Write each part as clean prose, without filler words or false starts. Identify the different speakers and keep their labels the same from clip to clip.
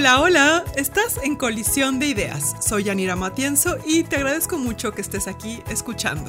Speaker 1: Hola, hola, estás en Colisión de Ideas. Soy Yanira Matienzo y te agradezco mucho que estés aquí escuchando.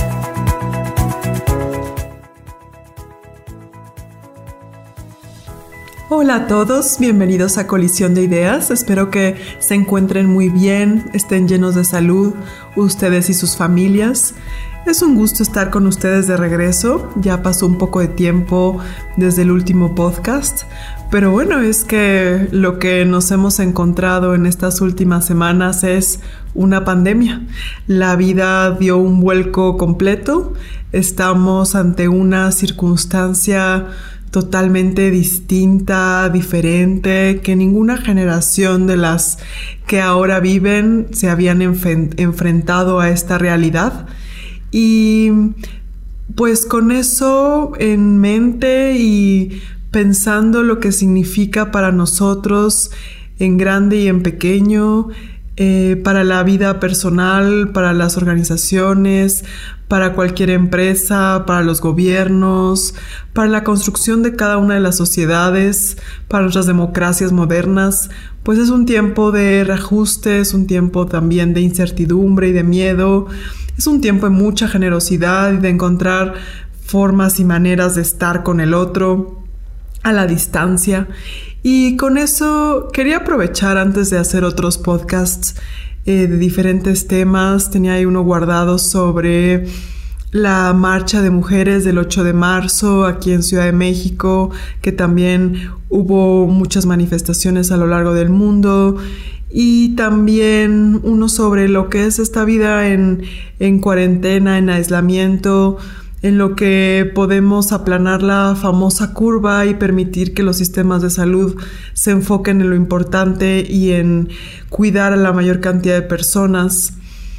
Speaker 1: Hola a todos, bienvenidos a Colisión de Ideas. Espero que se encuentren muy bien, estén llenos de salud, ustedes y sus familias. Es un gusto estar con ustedes de regreso. Ya pasó un poco de tiempo desde el último podcast, pero bueno, es que lo que nos hemos encontrado en estas últimas semanas es una pandemia. La vida dio un vuelco completo. Estamos ante una circunstancia totalmente distinta, diferente, que ninguna generación de las que ahora viven se habían enfrentado a esta realidad. Y pues con eso en mente y pensando lo que significa para nosotros en grande y en pequeño, para la vida personal, para las organizaciones, para cualquier empresa, para los gobiernos, para la construcción de cada una de las sociedades, para nuestras democracias modernas, pues es un tiempo de reajuste, es un tiempo también de incertidumbre y de miedo, es un tiempo de mucha generosidad y de encontrar formas y maneras de estar con el otro a la distancia. Y con eso quería aprovechar antes de hacer otros podcasts de diferentes temas. Tenía ahí uno guardado sobre la marcha de mujeres del 8 de marzo aquí en Ciudad de México, que también hubo muchas manifestaciones a lo largo del mundo. Y también uno sobre lo que es esta vida en cuarentena, en aislamiento, en lo que podemos aplanar la famosa curva y permitir que los sistemas de salud se enfoquen en lo importante y en cuidar a la mayor cantidad de personas.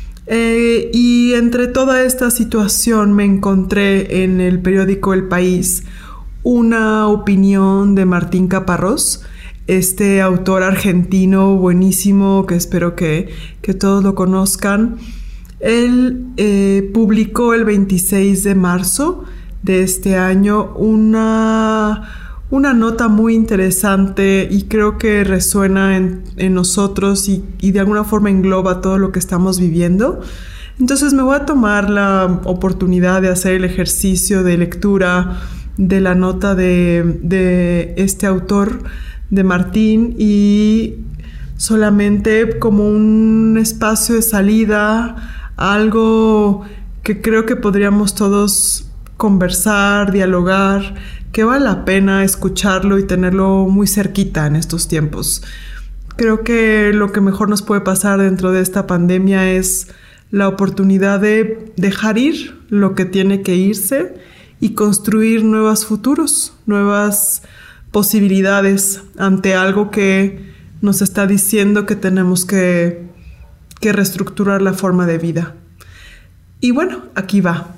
Speaker 1: Y entre toda esta situación me encontré en el periódico El País una opinión de Martín Caparrós, este autor argentino buenísimo que espero que todos lo conozcan. Él publicó el 26 de marzo de este año una nota muy interesante y creo que resuena en nosotros y de alguna forma engloba todo lo que estamos viviendo. Entonces me voy a tomar la oportunidad de hacer el ejercicio de lectura de la nota de este autor, de Martín, y solamente como un espacio de salida, algo que creo que podríamos todos conversar, dialogar, que vale la pena escucharlo y tenerlo muy cerquita en estos tiempos. Creo que lo que mejor nos puede pasar dentro de esta pandemia es la oportunidad de dejar ir lo que tiene que irse y construir nuevos futuros, nuevas posibilidades ante algo que nos está diciendo que tenemos que reestructurar la forma de vida. Y bueno, aquí va.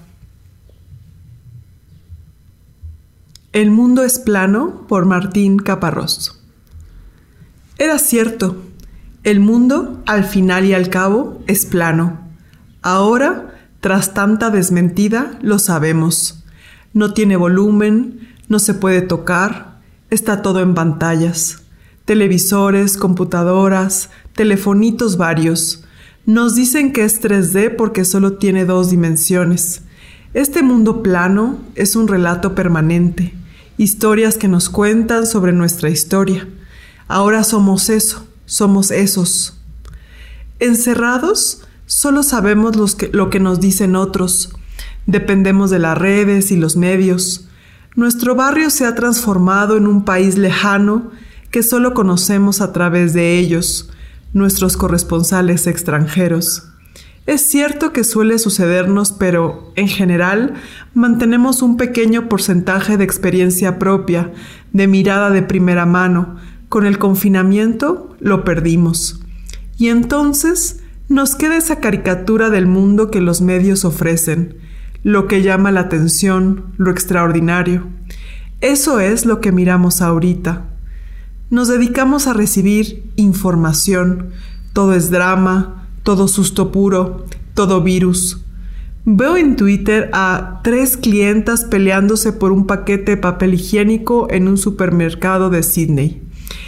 Speaker 1: El mundo es plano, por Martín Caparrós. Era cierto, el mundo, al final y al cabo, es plano. Ahora, tras tanta desmentida, lo sabemos. No tiene volumen, no se puede tocar, está todo en pantallas. Televisores, computadoras, telefonitos varios. Nos dicen que es 3D porque solo tiene 2 dimensiones. Este mundo plano es un relato permanente, historias que nos cuentan sobre nuestra historia. Ahora somos eso, somos esos. Encerrados, solo sabemos lo que nos dicen otros. Dependemos de las redes y los medios. Nuestro barrio se ha transformado en un país lejano que solo conocemos a través de ellos, nuestros corresponsales extranjeros. Es cierto que suele sucedernos, pero, en general, mantenemos un pequeño porcentaje de experiencia propia, de mirada de primera mano. Con el confinamiento, lo perdimos. Y entonces, nos queda esa caricatura del mundo que los medios ofrecen, lo que llama la atención, lo extraordinario. Eso es lo que miramos ahorita. Nos dedicamos a recibir información. Todo es drama, todo susto puro, todo virus. Veo en Twitter a 3 clientas peleándose por un paquete de papel higiénico en un supermercado de Sydney.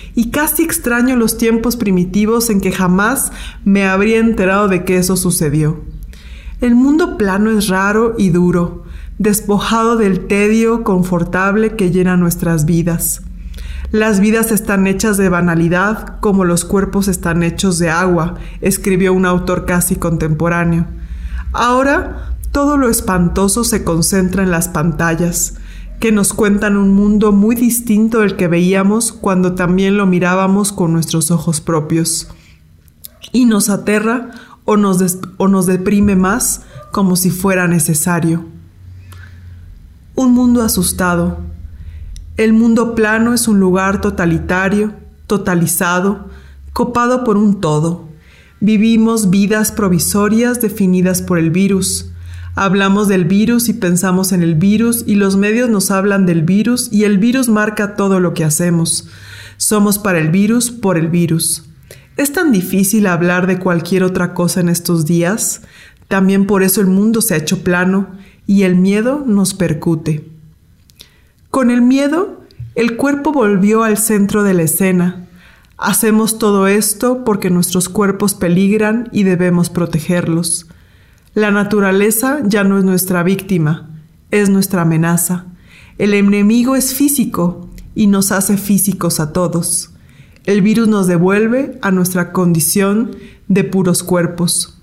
Speaker 1: y casi extraño los tiempos primitivos en que jamás me habría enterado de que eso sucedió. El mundo plano es raro y duro, despojado del tedio confortable que llena nuestras vidas. Las vidas están hechas de banalidad como los cuerpos están hechos de agua, escribió un autor casi contemporáneo. Ahora, todo lo espantoso se concentra en las pantallas, que nos cuentan un mundo muy distinto del que veíamos cuando también lo mirábamos con nuestros ojos propios. Y nos aterra o nos deprime más como si fuera necesario. Un mundo asustado. El mundo plano es un lugar totalitario, totalizado, copado por un todo. Vivimos vidas provisorias definidas por el virus. Hablamos del virus y pensamos en el virus y los medios nos hablan del virus y el virus marca todo lo que hacemos. Somos para el virus por el virus. ¿Es tan difícil hablar de cualquier otra cosa en estos días? También por eso el mundo se ha hecho plano y el miedo nos percute. Con el miedo, el cuerpo volvió al centro de la escena. Hacemos todo esto porque nuestros cuerpos peligran y debemos protegerlos. La naturaleza ya no es nuestra víctima, es nuestra amenaza. El enemigo es físico y nos hace físicos a todos. El virus nos devuelve a nuestra condición de puros cuerpos.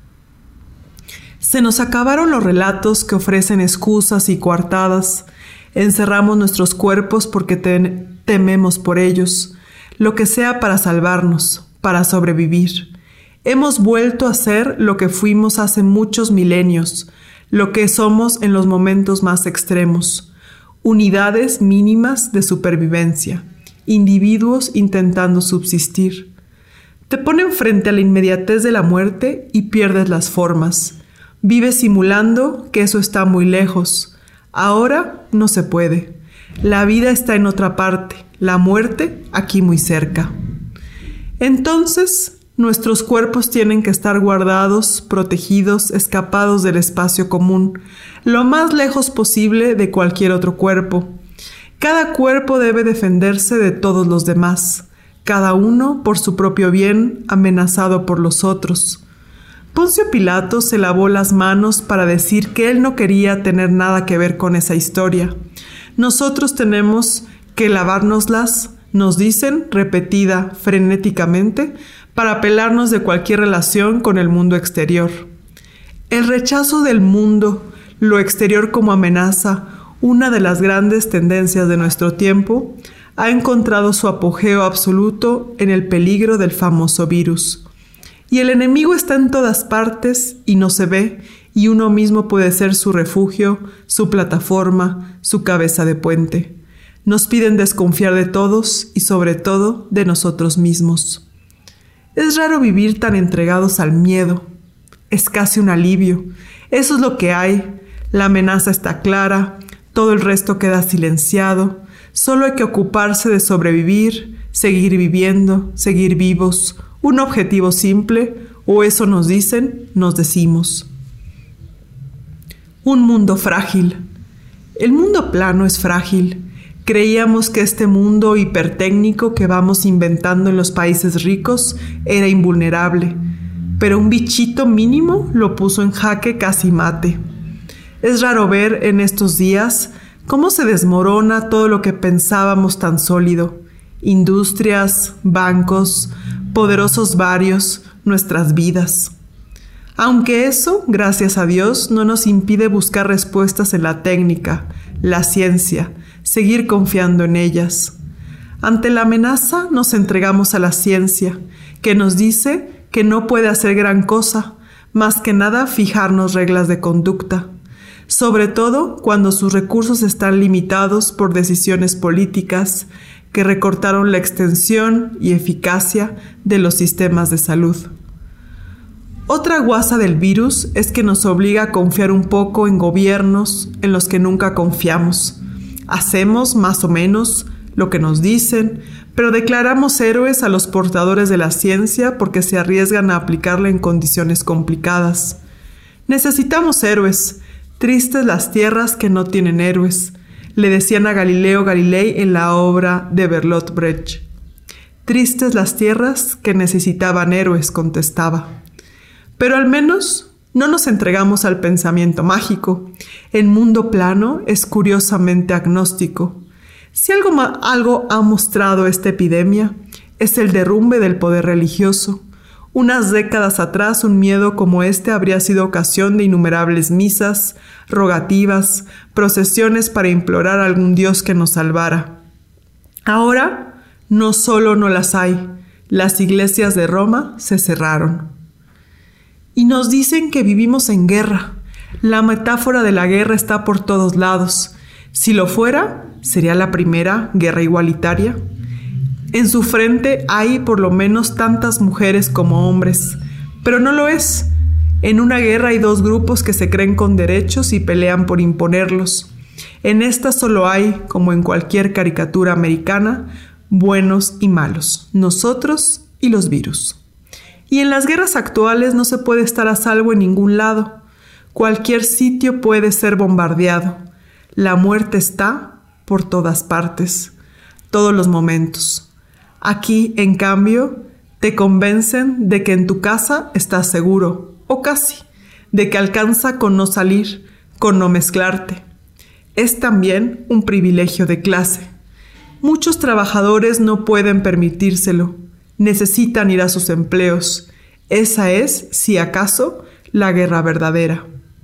Speaker 1: Se nos acabaron los relatos que ofrecen excusas y coartadas. Encerramos nuestros cuerpos porque tememos por ellos, lo que sea para salvarnos, para sobrevivir. Hemos vuelto a ser lo que fuimos hace muchos milenios, lo que somos en los momentos más extremos, unidades mínimas de supervivencia, individuos intentando subsistir. Te ponen frente a la inmediatez de la muerte y pierdes las formas. Vives simulando que eso está muy lejos. Ahora no se puede. La vida está en otra parte, la muerte aquí muy cerca. Entonces, nuestros cuerpos tienen que estar guardados, protegidos, escapados del espacio común, lo más lejos posible de cualquier otro cuerpo. Cada cuerpo debe defenderse de todos los demás, cada uno por su propio bien, amenazado por los otros. Poncio Pilato se lavó las manos para decir que él no quería tener nada que ver con esa historia. Nosotros tenemos que lavárnoslas, nos dicen, repetida frenéticamente, para pelarnos de cualquier relación con el mundo exterior. El rechazo del mundo, lo exterior como amenaza, una de las grandes tendencias de nuestro tiempo, ha encontrado su apogeo absoluto en el peligro del famoso virus. Y el enemigo está en todas partes y no se ve, y uno mismo puede ser su refugio, su plataforma, su cabeza de puente. Nos piden desconfiar de todos y sobre todo de nosotros mismos. Es raro vivir tan entregados al miedo. Es casi un alivio. Eso es lo que hay. La amenaza está clara, todo el resto queda silenciado. Solo hay que ocuparse de sobrevivir, seguir viviendo, seguir vivos. Un objetivo simple, o eso nos dicen, nos decimos. Un mundo frágil. El mundo plano es frágil. Creíamos que este mundo hipertécnico que vamos inventando en los países ricos era invulnerable, pero un bichito mínimo lo puso en jaque casi mate. Es raro ver en estos días cómo se desmorona todo lo que pensábamos tan sólido. Industrias, bancos, poderosos varios, nuestras vidas. Aunque eso, gracias a Dios, no nos impide buscar respuestas en la técnica, la ciencia, seguir confiando en ellas. Ante la amenaza nos entregamos a la ciencia, que nos dice que no puede hacer gran cosa, más que nada fijarnos reglas de conducta, sobre todo cuando sus recursos están limitados por decisiones políticas que recortaron la extensión y eficacia de los sistemas de salud. Otra guasa del virus es que nos obliga a confiar un poco en gobiernos en los que nunca confiamos. Hacemos, más o menos, lo que nos dicen, pero declaramos héroes a los portadores de la ciencia porque se arriesgan a aplicarla en condiciones complicadas. Necesitamos héroes, tristes las tierras que no tienen héroes, le decían a Galileo Galilei en la obra de Bertolt Brecht. Tristes las tierras que necesitaban héroes, contestaba. Pero al menos no nos entregamos al pensamiento mágico. El mundo plano es curiosamente agnóstico. Si algo ha mostrado esta epidemia, es el derrumbe del poder religioso. Unas décadas atrás, un miedo como este habría sido ocasión de innumerables misas, rogativas, procesiones para implorar a algún Dios que nos salvara. Ahora, no solo no las hay, las iglesias de Roma se cerraron. Y nos dicen que vivimos en guerra. La metáfora de la guerra está por todos lados. Si lo fuera, ¿sería la primera guerra igualitaria? En su frente hay por lo menos tantas mujeres como hombres, pero no lo es. En una guerra hay dos grupos que se creen con derechos y pelean por imponerlos. En esta solo hay, como en cualquier caricatura americana, buenos y malos, nosotros y los virus. Y en las guerras actuales no se puede estar a salvo en ningún lado. Cualquier sitio puede ser bombardeado. La muerte está por todas partes, todos los momentos. Aquí, en cambio, te convencen de que en tu casa estás seguro, o casi, de que alcanza con no salir, con no mezclarte. Es también un privilegio de clase. Muchos trabajadores no pueden permitírselo, necesitan ir a sus empleos. Esa es, si acaso, la guerra verdadera.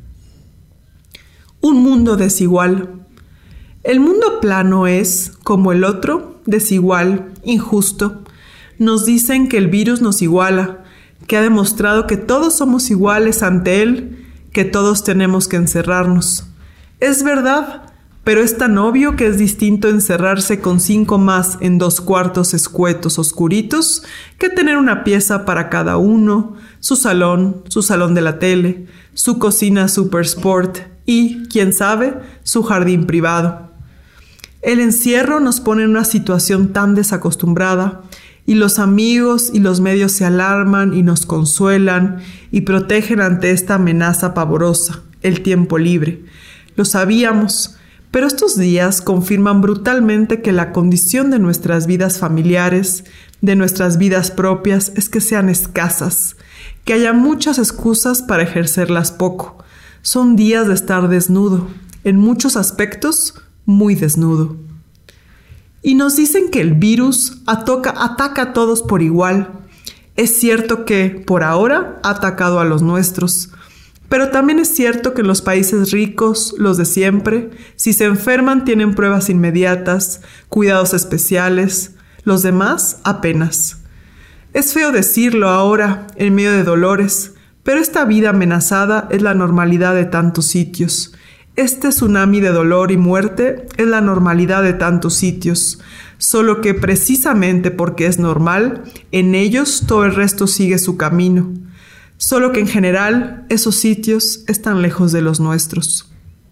Speaker 1: Un mundo desigual. El mundo plano es, como el otro, desigual, injusto. Nos dicen que el virus nos iguala, que ha demostrado que todos somos iguales ante él, que todos tenemos que encerrarnos. Es verdad, pero es tan obvio que es distinto encerrarse con 5 más en 2 cuartos escuetos oscuritos que tener una pieza para cada uno, su salón de la tele, su cocina super sport y, quién sabe, su jardín privado. El encierro nos pone en una situación tan desacostumbrada y los amigos y los medios se alarman y nos consuelan y protegen ante esta amenaza pavorosa, el tiempo libre. Lo sabíamos, pero estos días confirman brutalmente que la condición de nuestras vidas familiares, de nuestras vidas propias, es que sean escasas, que haya muchas excusas para ejercerlas poco. Son días de estar desnudo, en muchos aspectos, muy desnudo. Y nos dicen que el virus ataca a todos por igual. Es cierto que, por ahora, ha atacado a los nuestros. Pero también es cierto que en los países ricos, los de siempre, si se enferman tienen pruebas inmediatas, cuidados especiales. Los demás, apenas. Es feo decirlo ahora, en medio de dolores, pero esta vida amenazada es la normalidad de tantos sitios. Este tsunami de dolor y muerte es la normalidad de tantos sitios, solo que precisamente porque es normal, en ellos todo el resto sigue su camino, solo que en general esos sitios están lejos de los nuestros.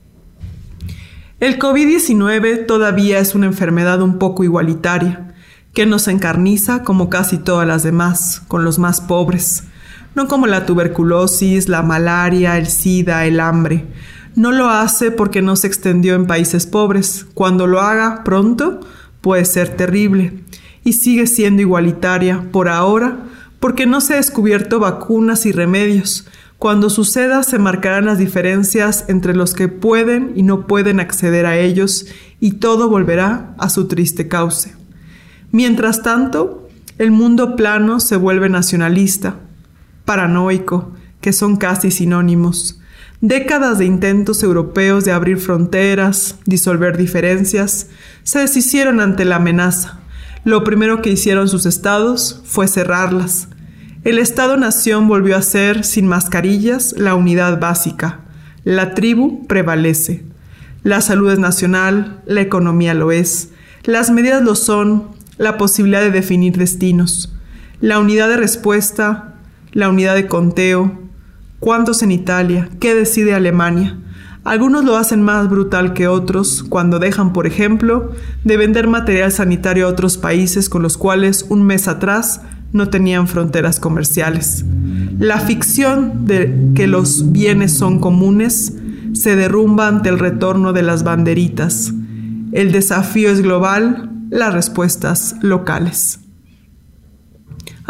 Speaker 1: El COVID-19 todavía es una enfermedad un poco igualitaria, que nos encarniza como casi todas las demás, con los más pobres, no como la tuberculosis, la malaria, el SIDA, el hambre. No lo hace porque no se extendió en países pobres. Cuando lo haga pronto, puede ser terrible. Y sigue siendo igualitaria por ahora porque no se han descubierto vacunas y remedios. Cuando suceda, se marcarán las diferencias entre los que pueden y no pueden acceder a ellos y todo volverá a su triste cauce. Mientras tanto, el mundo plano se vuelve nacionalista, paranoico, que son casi sinónimos. Décadas de intentos europeos de abrir fronteras, disolver diferencias, se deshicieron ante la amenaza. Lo primero que hicieron sus estados fue cerrarlas. El Estado-nación volvió a ser, sin mascarillas, la unidad básica. La tribu prevalece. La salud es nacional, la economía lo es. Las medidas lo son, la posibilidad de definir destinos. La unidad de respuesta, la unidad de conteo. ¿Cuántos en Italia? ¿Qué decide Alemania? Algunos lo hacen más brutal que otros cuando dejan, por ejemplo, de vender material sanitario a otros países con los cuales un mes atrás no tenían fronteras comerciales. La ficción de que los bienes son comunes se derrumba ante el retorno de las banderitas. El desafío es global, las respuestas locales.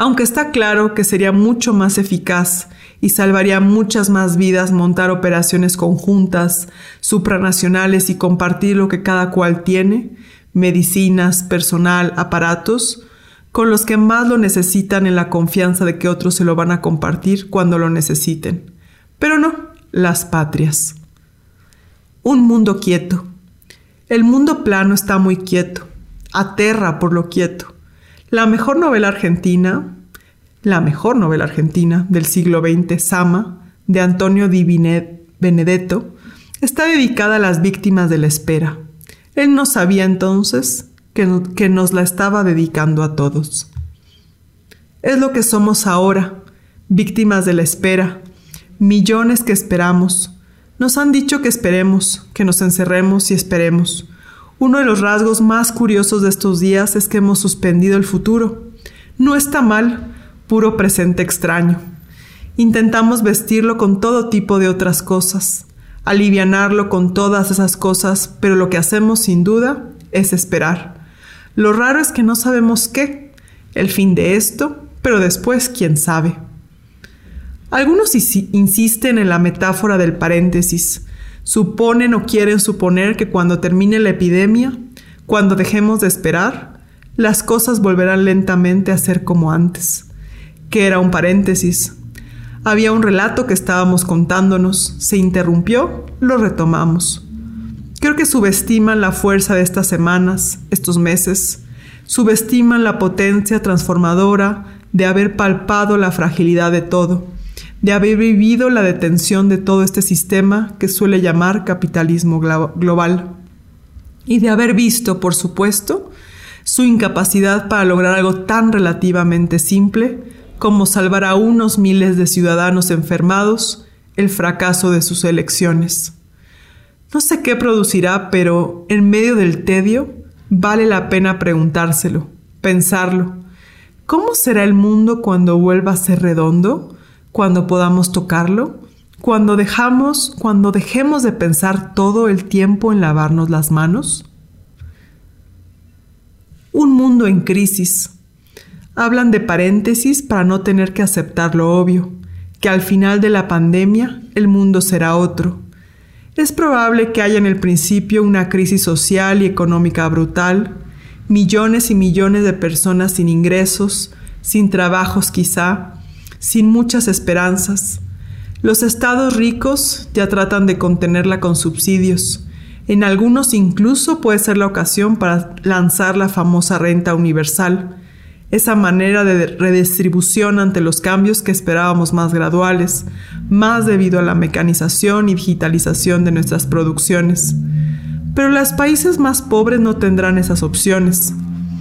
Speaker 1: aunque está claro que sería mucho más eficaz y salvaría muchas más vidas montar operaciones conjuntas, supranacionales y compartir lo que cada cual tiene, medicinas, personal, aparatos, con los que más lo necesitan en la confianza de que otros se lo van a compartir cuando lo necesiten. Pero no, las patrias. Un mundo quieto. El mundo plano está muy quieto, aterra por lo quieto. La mejor novela argentina del siglo XX, Sama, de Antonio Di Benedetto, está dedicada a las víctimas de la espera. Él no sabía entonces que nos la estaba dedicando a todos. Es lo que somos ahora, víctimas de la espera, millones que esperamos. Nos han dicho que esperemos, que nos encerremos y esperemos. Uno de los rasgos más curiosos de estos días es que hemos suspendido el futuro. No está mal, puro presente extraño. Intentamos vestirlo con todo tipo de otras cosas, alivianarlo con todas esas cosas, pero lo que hacemos sin duda es esperar. Lo raro es que no sabemos qué, el fin de esto, pero después quién sabe. Algunos insisten en la metáfora del paréntesis. Suponen o quieren suponer que cuando termine la epidemia, cuando dejemos de esperar, las cosas volverán lentamente a ser como antes. ¿Qué era un paréntesis? Había un relato que estábamos contándonos, se interrumpió, lo retomamos. Creo que subestiman la fuerza de estas semanas, estos meses, subestiman la potencia transformadora de haber palpado la fragilidad de todo, de haber vivido la detención de todo este sistema que suele llamar capitalismo global, y de haber visto, por supuesto, su incapacidad para lograr algo tan relativamente simple como salvar a unos miles de ciudadanos enfermados, el fracaso de sus elecciones. No sé qué producirá, pero en medio del tedio vale la pena preguntárselo, pensarlo. ¿Cómo será el mundo cuando vuelva a ser redondo? ¿Cuando podamos tocarlo? ¿Cuando dejemos de pensar todo el tiempo en lavarnos las manos? Un mundo en crisis. Hablan de paréntesis para no tener que aceptar lo obvio, que al final de la pandemia el mundo será otro. Es probable que haya en el principio una crisis social y económica brutal, millones y millones de personas sin ingresos, sin trabajos quizá, sin muchas esperanzas. Los estados ricos ya tratan de contenerla con subsidios. En algunos incluso puede ser la ocasión para lanzar la famosa renta universal, esa manera de redistribución ante los cambios que esperábamos más graduales, más debido a la mecanización y digitalización de nuestras producciones. Pero los países más pobres no tendrán esas opciones.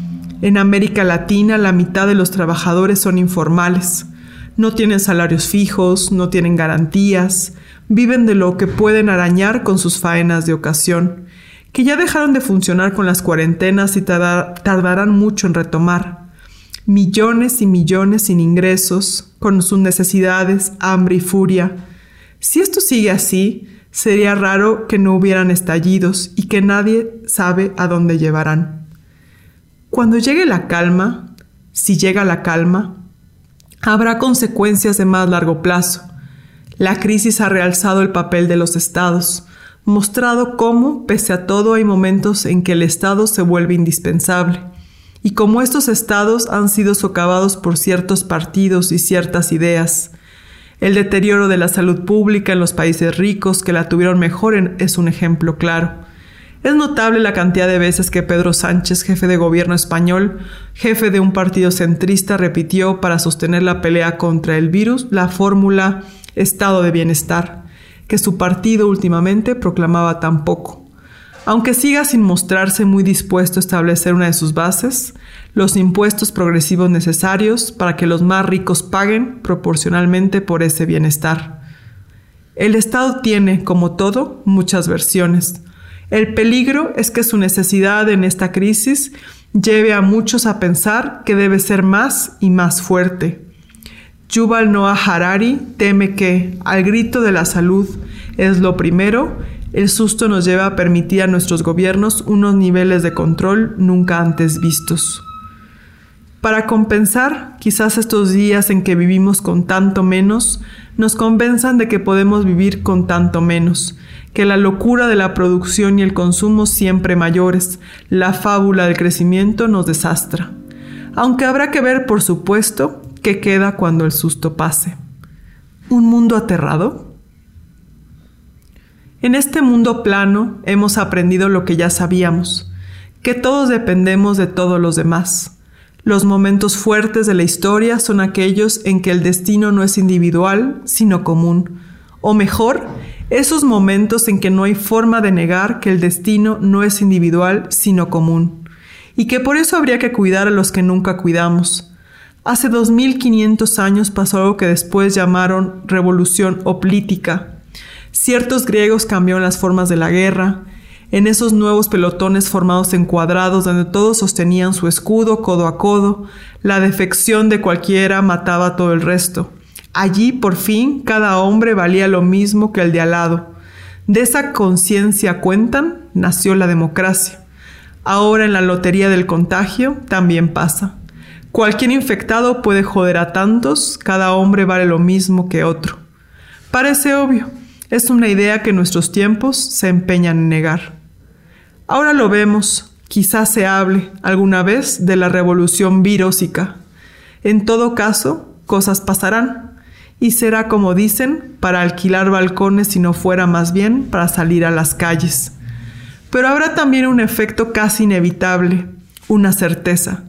Speaker 1: En América Latina, la mitad de los trabajadores son informales. No tienen salarios fijos, no tienen garantías, viven de lo que pueden arañar con sus faenas de ocasión, que ya dejaron de funcionar con las cuarentenas y tardarán mucho en retomar. Millones y millones sin ingresos, con sus necesidades, hambre y furia. Si esto sigue así, sería raro que no hubieran estallidos y que nadie sabe a dónde llevarán. Cuando llegue la calma, si llega la calma, habrá consecuencias de más largo plazo. La crisis ha realzado el papel de los estados, mostrado cómo, pese a todo, hay momentos en que el Estado se vuelve indispensable, y cómo estos estados han sido socavados por ciertos partidos y ciertas ideas. El deterioro de la salud pública en los países ricos que la tuvieron mejor es un ejemplo claro. Es notable la cantidad de veces que Pedro Sánchez, jefe de gobierno español, jefe de un partido centrista, repitió para sostener la pelea contra el virus la fórmula estado de bienestar, que su partido últimamente proclamaba tan poco. Aunque siga sin mostrarse muy dispuesto a establecer una de sus bases, los impuestos progresivos necesarios para que los más ricos paguen proporcionalmente por ese bienestar. El Estado tiene, como todo, muchas versiones. El peligro es que su necesidad en esta crisis lleve a muchos a pensar que debe ser más y más fuerte. Yuval Noah Harari teme que, al grito de la salud es lo primero, el susto nos lleva a permitir a nuestros gobiernos unos niveles de control nunca antes vistos. Para compensar, quizás estos días en que vivimos con tanto menos, nos convenzan de que podemos vivir con tanto menos, que la locura de la producción y el consumo siempre mayores, la fábula del crecimiento nos desastra. Aunque habrá que ver, por supuesto, qué queda cuando el susto pase. ¿Un mundo aterrado? En este mundo plano hemos aprendido lo que ya sabíamos, que todos dependemos de todos los demás. Los momentos fuertes de la historia son aquellos en que el destino no es individual, sino común. O mejor, esos momentos en que no hay forma de negar que el destino no es individual, sino común. Y que por eso habría que cuidar a los que nunca cuidamos. Hace 2500 años pasó algo que después llamaron revolución hoplítica. Ciertos griegos cambiaron las formas de la guerra. En esos nuevos pelotones formados en cuadrados donde todos sostenían su escudo codo a codo, la defección de cualquiera mataba a todo el resto. Allí, por fin, cada hombre valía lo mismo que el de al lado. De esa conciencia cuentan, nació la democracia. Ahora en la lotería del contagio también pasa. Cualquier infectado puede joder a tantos, cada hombre vale lo mismo que otro. Parece obvio, es una idea que en nuestros tiempos se empeñan en negar. Ahora lo vemos, quizás se hable alguna vez de la revolución virósica. En todo caso, cosas pasarán, y será como dicen, para alquilar balcones si no fuera más bien para salir a las calles. Pero habrá también un efecto casi inevitable, una certeza.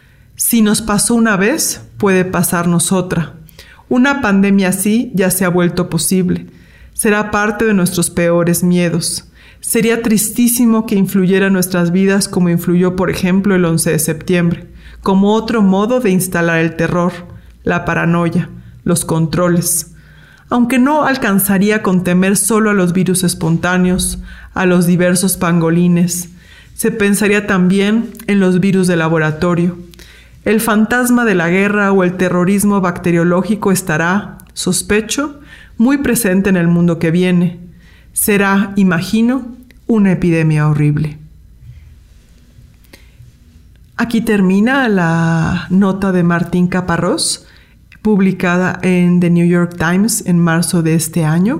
Speaker 1: Si nos pasó una vez, puede pasarnos otra. Una pandemia así ya se ha vuelto posible. Será parte de nuestros peores miedos. Sería tristísimo que influyera en nuestras vidas como influyó, por ejemplo, el 11 de septiembre, como otro modo de instalar el terror, la paranoia, los controles. Aunque no alcanzaría con temer solo a los virus espontáneos, a los diversos pangolines, se pensaría también en los virus de laboratorio. El fantasma de la guerra o el terrorismo bacteriológico estará, sospecho, muy presente en el mundo que viene. Será, imagino, una epidemia horrible. Aquí termina la nota de Martín Caparrós, publicada en The New York Times en marzo de este año.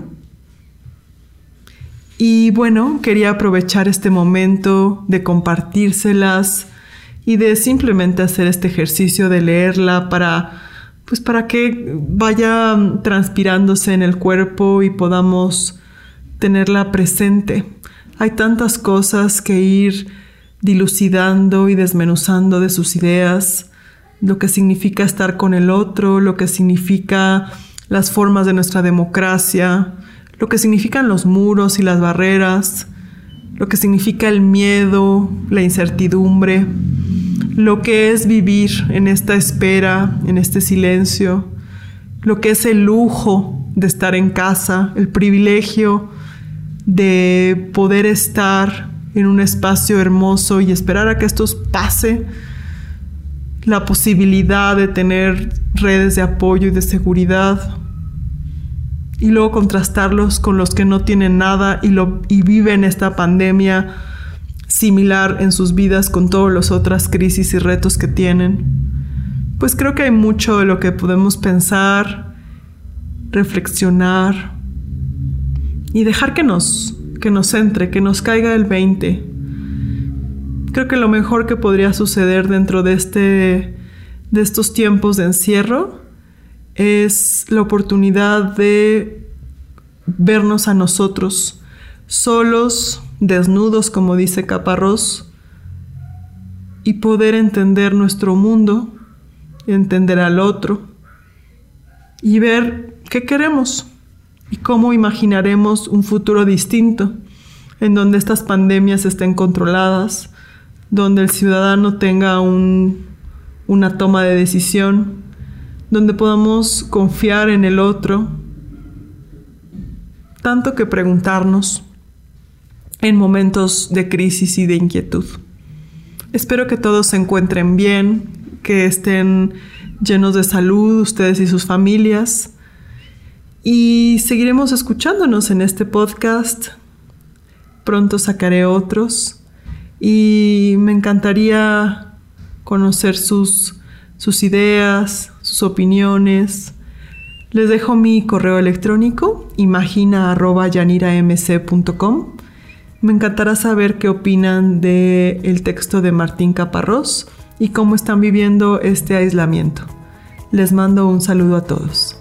Speaker 1: Y bueno, quería aprovechar este momento de compartírselas y de simplemente hacer este ejercicio de leerla para que vaya transpirándose en el cuerpo y podamos tenerla presente. Hay tantas cosas que ir dilucidando y desmenuzando de sus ideas, lo que significa estar con el otro, lo que significa las formas de nuestra democracia, lo que significan los muros y las barreras, lo que significa el miedo, la incertidumbre, lo que es vivir en esta espera, en este silencio, lo que es el lujo de estar en casa, el privilegio de poder estar en un espacio hermoso y esperar a que esto pase, la posibilidad de tener redes de apoyo y de seguridad, y luego contrastarlos con los que no tienen nada y viven esta pandemia similar en sus vidas con todas las otras crisis y retos que tienen. Pues creo que hay mucho de lo que podemos pensar, reflexionar y dejar que nos entre, que nos caiga el 20. Creo que lo mejor que podría suceder dentro de estos tiempos de encierro es la oportunidad de vernos a nosotros solos, desnudos, como dice Caparrós, y poder entender nuestro mundo, entender al otro y ver qué queremos y cómo imaginaremos un futuro distinto, en donde estas pandemias estén controladas, donde el ciudadano tenga una toma de decisión, donde podamos confiar en el otro, tanto que preguntarnos en momentos de crisis y de inquietud. Espero que todos se encuentren bien, que estén llenos de salud, ustedes y sus familias, y seguiremos escuchándonos en este podcast. Pronto sacaré otros y me encantaría conocer sus sus ideas, sus opiniones. Les dejo mi correo electrónico, imagina@yaniramc.com. Me encantará saber qué opinan del texto de Martín Caparrós y cómo están viviendo este aislamiento. Les mando un saludo a todos.